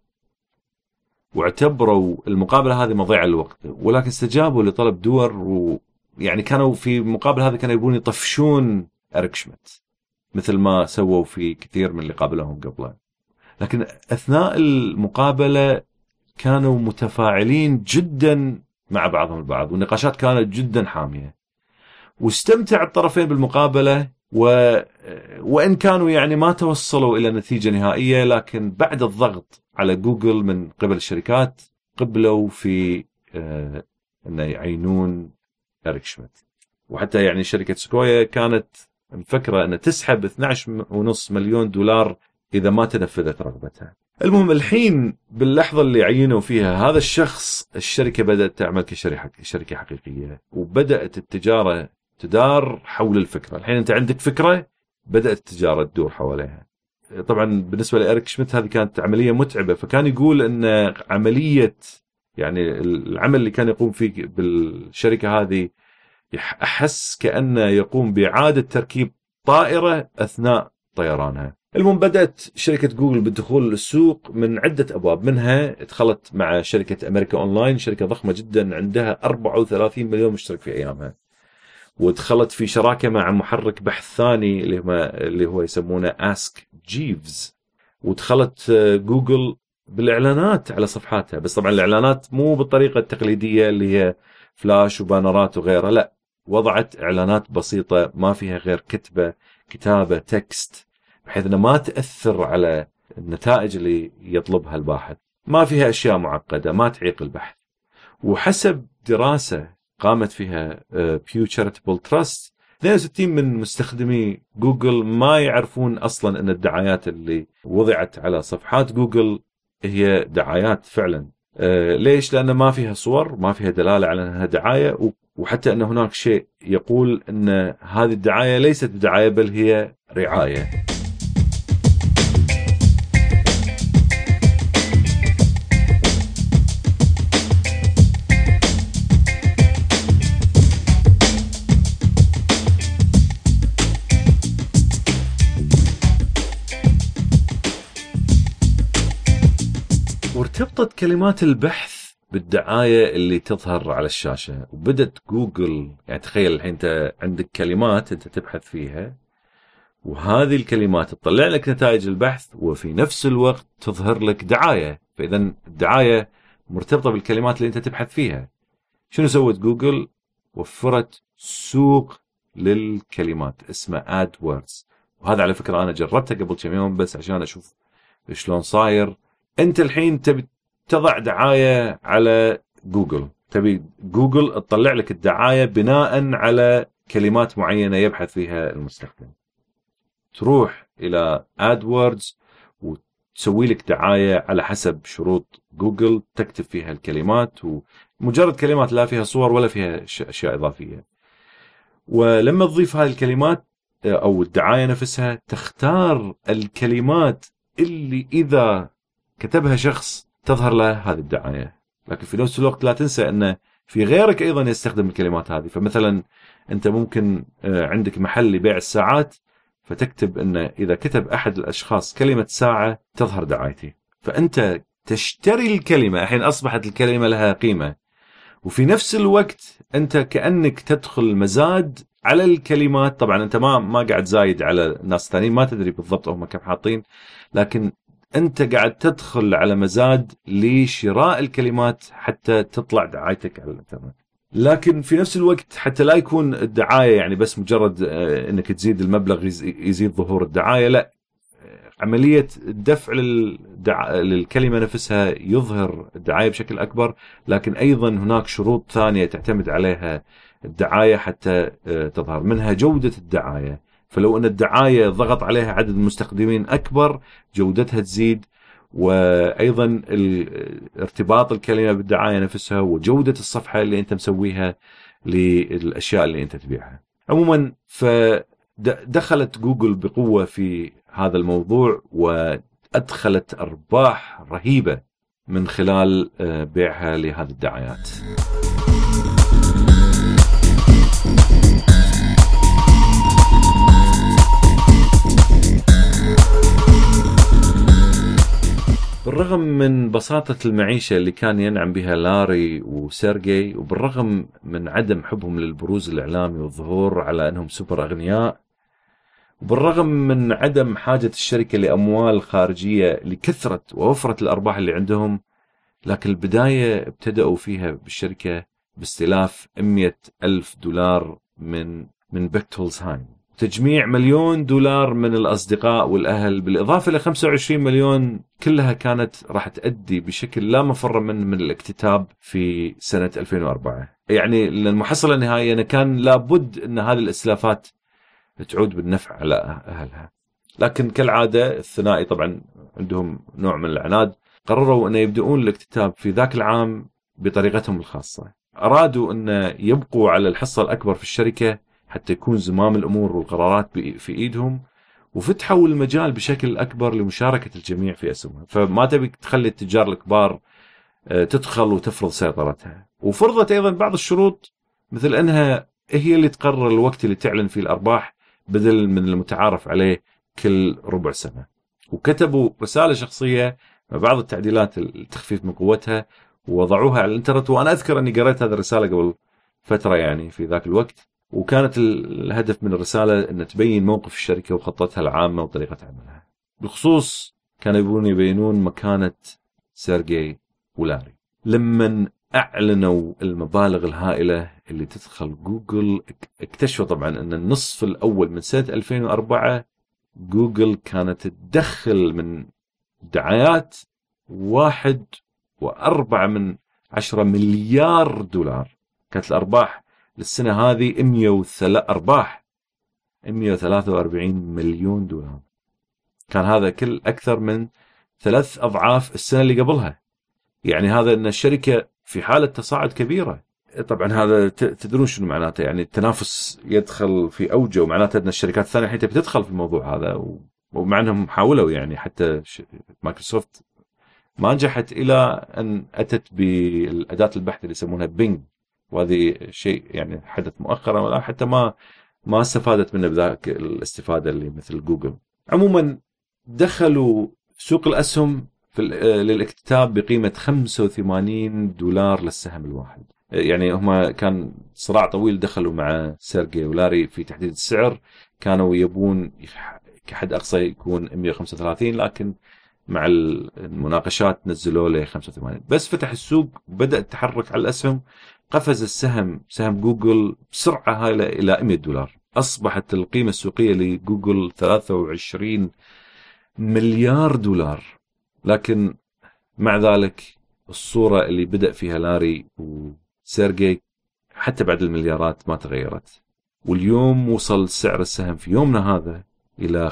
واعتبروا المقابلة هذه مضيعة للوقت، ولكن استجابوا لطلب دور، ويعني كانوا في المقابلة هذه كانوا يبون يطفشون إريك شميدت مثل ما سووا في كثير من اللي قابلهم قبله. لكن أثناء المقابلة كانوا متفاعلين جدا مع بعضهم البعض، والنقاشات كانت جدا حامية، واستمتع الطرفين بالمقابلة. وإن كانوا يعني ما توصلوا إلى نتيجة نهائية، لكن بعد الضغط على جوجل من قبل الشركات قبلوا في أن يعينون إريك شميدت. وحتى يعني شركة سكويا كانت مفكرة أن تسحب 12.5 مليون دولار إذا ما تنفذت رغبتها. المهم الحين باللحظة اللي عينوا فيها هذا الشخص، الشركة بدأت تعمل كشركة حقيقية، وبدأت التجارة تدار حول الفكرة. الحين أنت عندك فكرة، بدأت التجارة تدور حواليها. طبعا بالنسبة لإريك شميدت هذه كانت عملية متعبة، فكان يقول أن عملية يعني العمل اللي كان يقوم فيه بالشركة هذه أحس كأنه يقوم بإعادة تركيب طائرة أثناء طيرانها. المهم بدأت شركة جوجل بالدخول للسوق من عدة أبواب، منها دخلت مع شركة أمريكا أونلاين، شركة ضخمة جدا عندها 34 مليون مشترك في أيامها، ودخلت في شراكة مع محرك بحث ثاني اللي هو يسمونه آسك جيفز، ودخلت جوجل بالإعلانات على صفحاتها، بس طبعا الإعلانات مو بالطريقة التقليدية اللي هي فلاش وبانرات وغيرها، لا، وضعت إعلانات بسيطة ما فيها غير كتابة تكست، بحيث أنها ما تأثر على النتائج اللي يطلبها الباحث، ما فيها أشياء معقدة ما تعيق البحث. وحسب دراسة قامت فيها بيو تشاريتابل تراست، 62 من مستخدمي جوجل ما يعرفون أصلا أن الدعايات اللي وضعت على صفحات جوجل هي دعايات فعلا. ليش؟ لأن ما فيها صور، ما فيها دلالة على أنها دعاية، وحتى أن هناك شيء يقول أن هذه الدعاية ليست بدعاية بل هي رعاية. وارتبطت كلمات البحث بالدعاية اللي تظهر على الشاشة، وبدت جوجل، يعني تخيل الحين انت عندك كلمات انت تبحث فيها، وهذه الكلمات تطلع لك نتائج البحث وفي نفس الوقت تظهر لك دعاية، فإذا الدعاية مرتبطة بالكلمات اللي انت تبحث فيها. شنو سوت جوجل؟ وفرت سوق للكلمات اسمه AdWords، وهذا على فكرة أنا جربتها قبل كم يوم بس عشان أشوف شلون صاير. انت الحين تبي تضع دعاية على جوجل، تبي جوجل تطلع لك الدعاية بناء على كلمات معينة يبحث فيها المستخدم، تروح إلى AdWords وتسوي لك دعاية على حسب شروط جوجل، تكتب فيها الكلمات، ومجرد كلمات لا فيها صور ولا فيها أشياء إضافية، ولما تضيف هذه الكلمات أو الدعاية نفسها تختار الكلمات اللي إذا كتبها شخص تظهر له هذه الدعاية. لكن في نفس الوقت لا تنسى أن في غيرك أيضا يستخدم الكلمات هذه، فمثلا أنت ممكن عندك محل لبيع الساعات، فتكتب أن إذا كتب أحد الأشخاص كلمة ساعة تظهر دعايتي، فأنت تشتري الكلمة، الحين أصبحت الكلمة لها قيمة، وفي نفس الوقت أنت كأنك تدخل مزاد على الكلمات. طبعا أنت ما قاعد زايد على ناس ثانيين، ما تدري بالضبط هم كم حاطين، لكن أنت قاعد تدخل على مزاد لشراء الكلمات حتى تطلع دعايتك على الإنترنت. لكن في نفس الوقت حتى لا يكون الدعاية يعني بس مجرد أنك تزيد المبلغ يزيد ظهور الدعاية، لا، عملية الدفع للكلمة نفسها يظهر الدعاية بشكل أكبر، لكن أيضا هناك شروط ثانية تعتمد عليها الدعاية حتى تظهر، منها جودة الدعاية، فلو أن الدعاية ضغط عليها عدد المستخدمين أكبر جودتها تزيد، وأيضا ارتباط الكلمة بالدعاية نفسها وجودة الصفحة اللي أنت مسويها للأشياء اللي أنت تبيعها. عموما فدخلت جوجل بقوة في هذا الموضوع وأدخلت أرباح رهيبة من خلال بيعها لهذه الدعايات. بالرغم من بساطة المعيشة اللي كان ينعم بها لاري وسيرجي، وبالرغم من عدم حبهم للبروز الإعلامي والظهور على أنهم سوبر أغنياء، وبالرغم من عدم حاجة الشركة لأموال خارجية لكثرة ووفرة الأرباح اللي عندهم، لكن البداية ابتدأوا فيها بالشركة باستلاف $100,000 من بيكتولزهايم، تجميع $1,000,000 من الأصدقاء والأهل، بالإضافة إلى 25 مليون كلها كانت راح تؤدي بشكل لا مفر من الاكتتاب في سنة 2004. يعني المحصلة النهائية أن كان لابد أن هذه الإسلافات تعود بالنفع على أهلها، لكن كالعادة الثنائي طبعا عندهم نوع من العناد، قرروا أن يبدأون الاكتتاب في ذاك العام بطريقتهم الخاصة، أرادوا أن يبقوا على الحصة الأكبر في الشركة حتى يكون زمام الأمور والقرارات في إيدهم، وفتحوا المجال بشكل أكبر لمشاركة الجميع في أسهمها، فما تبي تخلي التجار الكبار تدخل وتفرض سيطرتها. وفرضت أيضا بعض الشروط، مثل أنها هي اللي تقرر الوقت اللي تعلن فيه الأرباح بدل من المتعارف عليه كل ربع سنة، وكتبوا رسالة شخصية مع بعض التعديلات التخفيف من قوتها ووضعوها على الانترنت. وأنا أذكر أني قرأت هذه الرسالة قبل فترة يعني في ذاك الوقت، وكانت الهدف من الرسالة أن تبين موقف الشركة وخطتها العامة وطريقة عملها. بالخصوص كانوا يبون يبينون مكانة سيرجي ولاري. لمن أعلنوا المبالغ الهائلة اللي تدخل جوجل، اكتشفوا طبعا أن النصف الأول من سنة 2004 جوجل كانت تدخل من دعايات 1.4 مليار دولار. كانت الأرباح للسنة هذه 143 مليون دولار. كان هذا كل أكثر من 3 أضعاف السنة اللي قبلها. يعني هذا أن الشركة في حالة تصاعد كبيرة. طبعا هذا تدرون شنو معناته، يعني التنافس يدخل في أوجه، ومعناته أن الشركات الثانية حتى بتدخل في الموضوع هذا. ومع أنهم حاولوا، يعني حتى مايكروسوفت ما نجحت إلى أن أتت بالأداة البحث اللي يسمونها بينج، وهذه شيء يعني حدث مؤخرا، ولا حتى ما استفادت منه بذاك الاستفادة اللي مثل جوجل. عموما دخلوا سوق الأسهم للاكتتاب بقيمة $85 للسهم الواحد. يعني هم كان صراع طويل دخلوا مع سيرجي ولاري في تحديد السعر. كانوا يبون كحد أقصى يكون 135، لكن مع المناقشات نزلوا له 85. بس فتح السوق بدأ التحرك على الأسهم. قفز السهم، سهم جوجل، بسرعة هائلة إلى $100. أصبحت القيمة السوقية لجوجل 23 مليار دولار. لكن مع ذلك الصورة اللي بدأ فيها لاري وسيرجي حتى بعد المليارات ما تغيرت. واليوم وصل سعر السهم في يومنا هذا إلى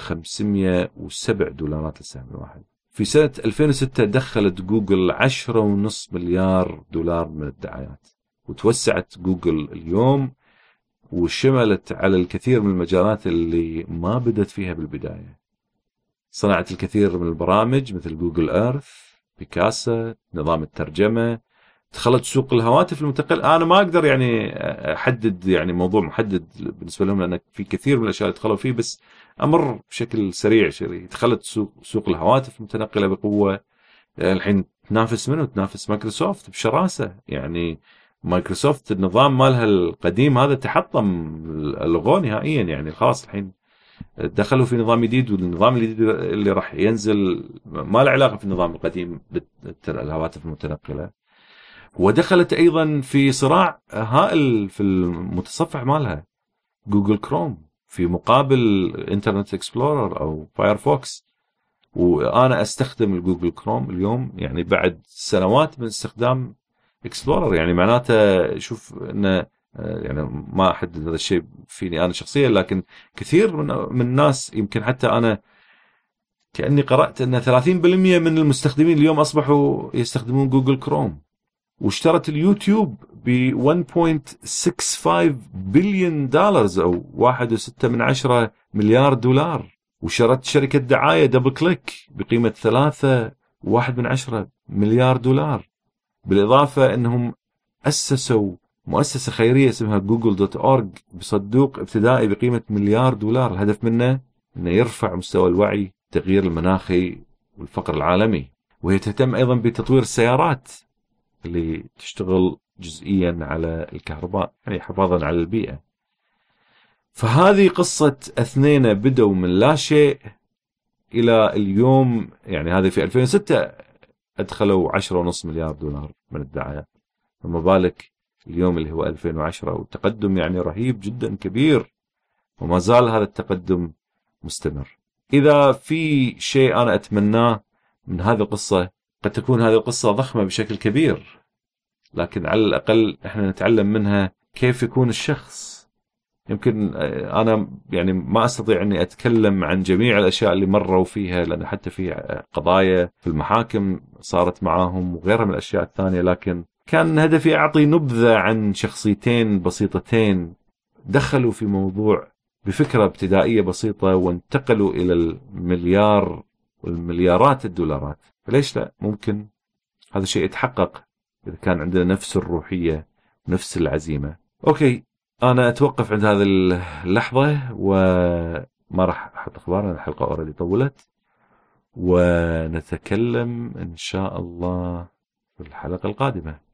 $507 للسهم الواحد. في سنة 2006 دخلت جوجل 10.5 مليار دولار من الدعايات، وتوسعت جوجل اليوم وشملت على الكثير من المجالات اللي ما بدت فيها بالبداية. صنعت الكثير من البرامج مثل جوجل ايرث، بيكاسا، نظام الترجمة. دخلت سوق الهواتف المنتقلة. أنا ما أقدر يعني أحدد يعني موضوع محدد بالنسبة لهم، لأن في كثير من الأشياء اللي دخلوا فيه، بس أمر بشكل سريع. دخلت سوق الهواتف المتنقلة بقوة. الحين تنافس منه، تنافس مايكروسوفت بشراسة. يعني مايكروسوفت النظام مالها القديم هذا تحطم، لغوه نهائيا. يعني خلاص الحين دخلوا في نظام جديد، والنظام الجديد اللي راح ينزل ما له علاقة في النظام القديم الهواتف المتنقلة. ودخلت أيضا في صراع هائل في المتصفح مالها جوجل كروم في مقابل انترنت اكسبلورر أو فايرفوكس. وأنا أستخدم الجوجل كروم اليوم يعني بعد سنوات من استخدام اكسبلورر. يعني معناته شوف أنه يعني ما أحدد هذا الشيء فيني أنا شخصيا، لكن كثير من الناس، يمكن حتى أنا كأني قرأت أن 30% من المستخدمين اليوم أصبحوا يستخدمون جوجل كروم. واشترت اليوتيوب ب $1.65 بليون أو 1.6 مليار دولار. وشرت شركة دعاية دبل كليك بقيمة 3.1 مليار دولار. بالإضافة أنهم أسسوا مؤسسة خيرية اسمها google.org بصندوق ابتدائي بقيمة $1 مليار. الهدف منه أنه يرفع مستوى الوعي، التغيير المناخي والفقر العالمي. وهي تهتم أيضا بتطوير السيارات اللي تشتغل جزئيا على الكهرباء، يعني حفاظا على البيئة. فهذه قصة اثنين بدوا من لا شيء إلى اليوم. يعني هذه في 2006 أدخلوا 10.5 مليار دولار من الدعايات، فما بالك اليوم اللي هو 2010. والتقدم يعني رهيب جدا كبير، وما زال هذا التقدم مستمر. إذا في شيء أنا أتمناه من هذه القصة، قد تكون هذه القصة ضخمة بشكل كبير، لكن على الأقل إحنا نتعلم منها كيف يكون الشخص. يمكن أنا يعني ما أستطيع أني أتكلم عن جميع الأشياء اللي مروا فيها، لأن حتى في قضايا في المحاكم صارت معاهم وغيرها من الأشياء الثانية، لكن كان هدفي أعطي نبذة عن شخصيتين بسيطتين دخلوا في موضوع بفكرة ابتدائية بسيطة وانتقلوا إلى المليار والمليارات الدولارات. فليش لا؟ ممكن هذا الشيء يتحقق إذا كان عندنا نفس الروحية ونفس العزيمة. أوكي، أنا أتوقف عند هذه اللحظة، ما راح احط اخبار لان الحلقه اوريدي طولت. ونتكلم ان شاء الله في الحلقه القادمه.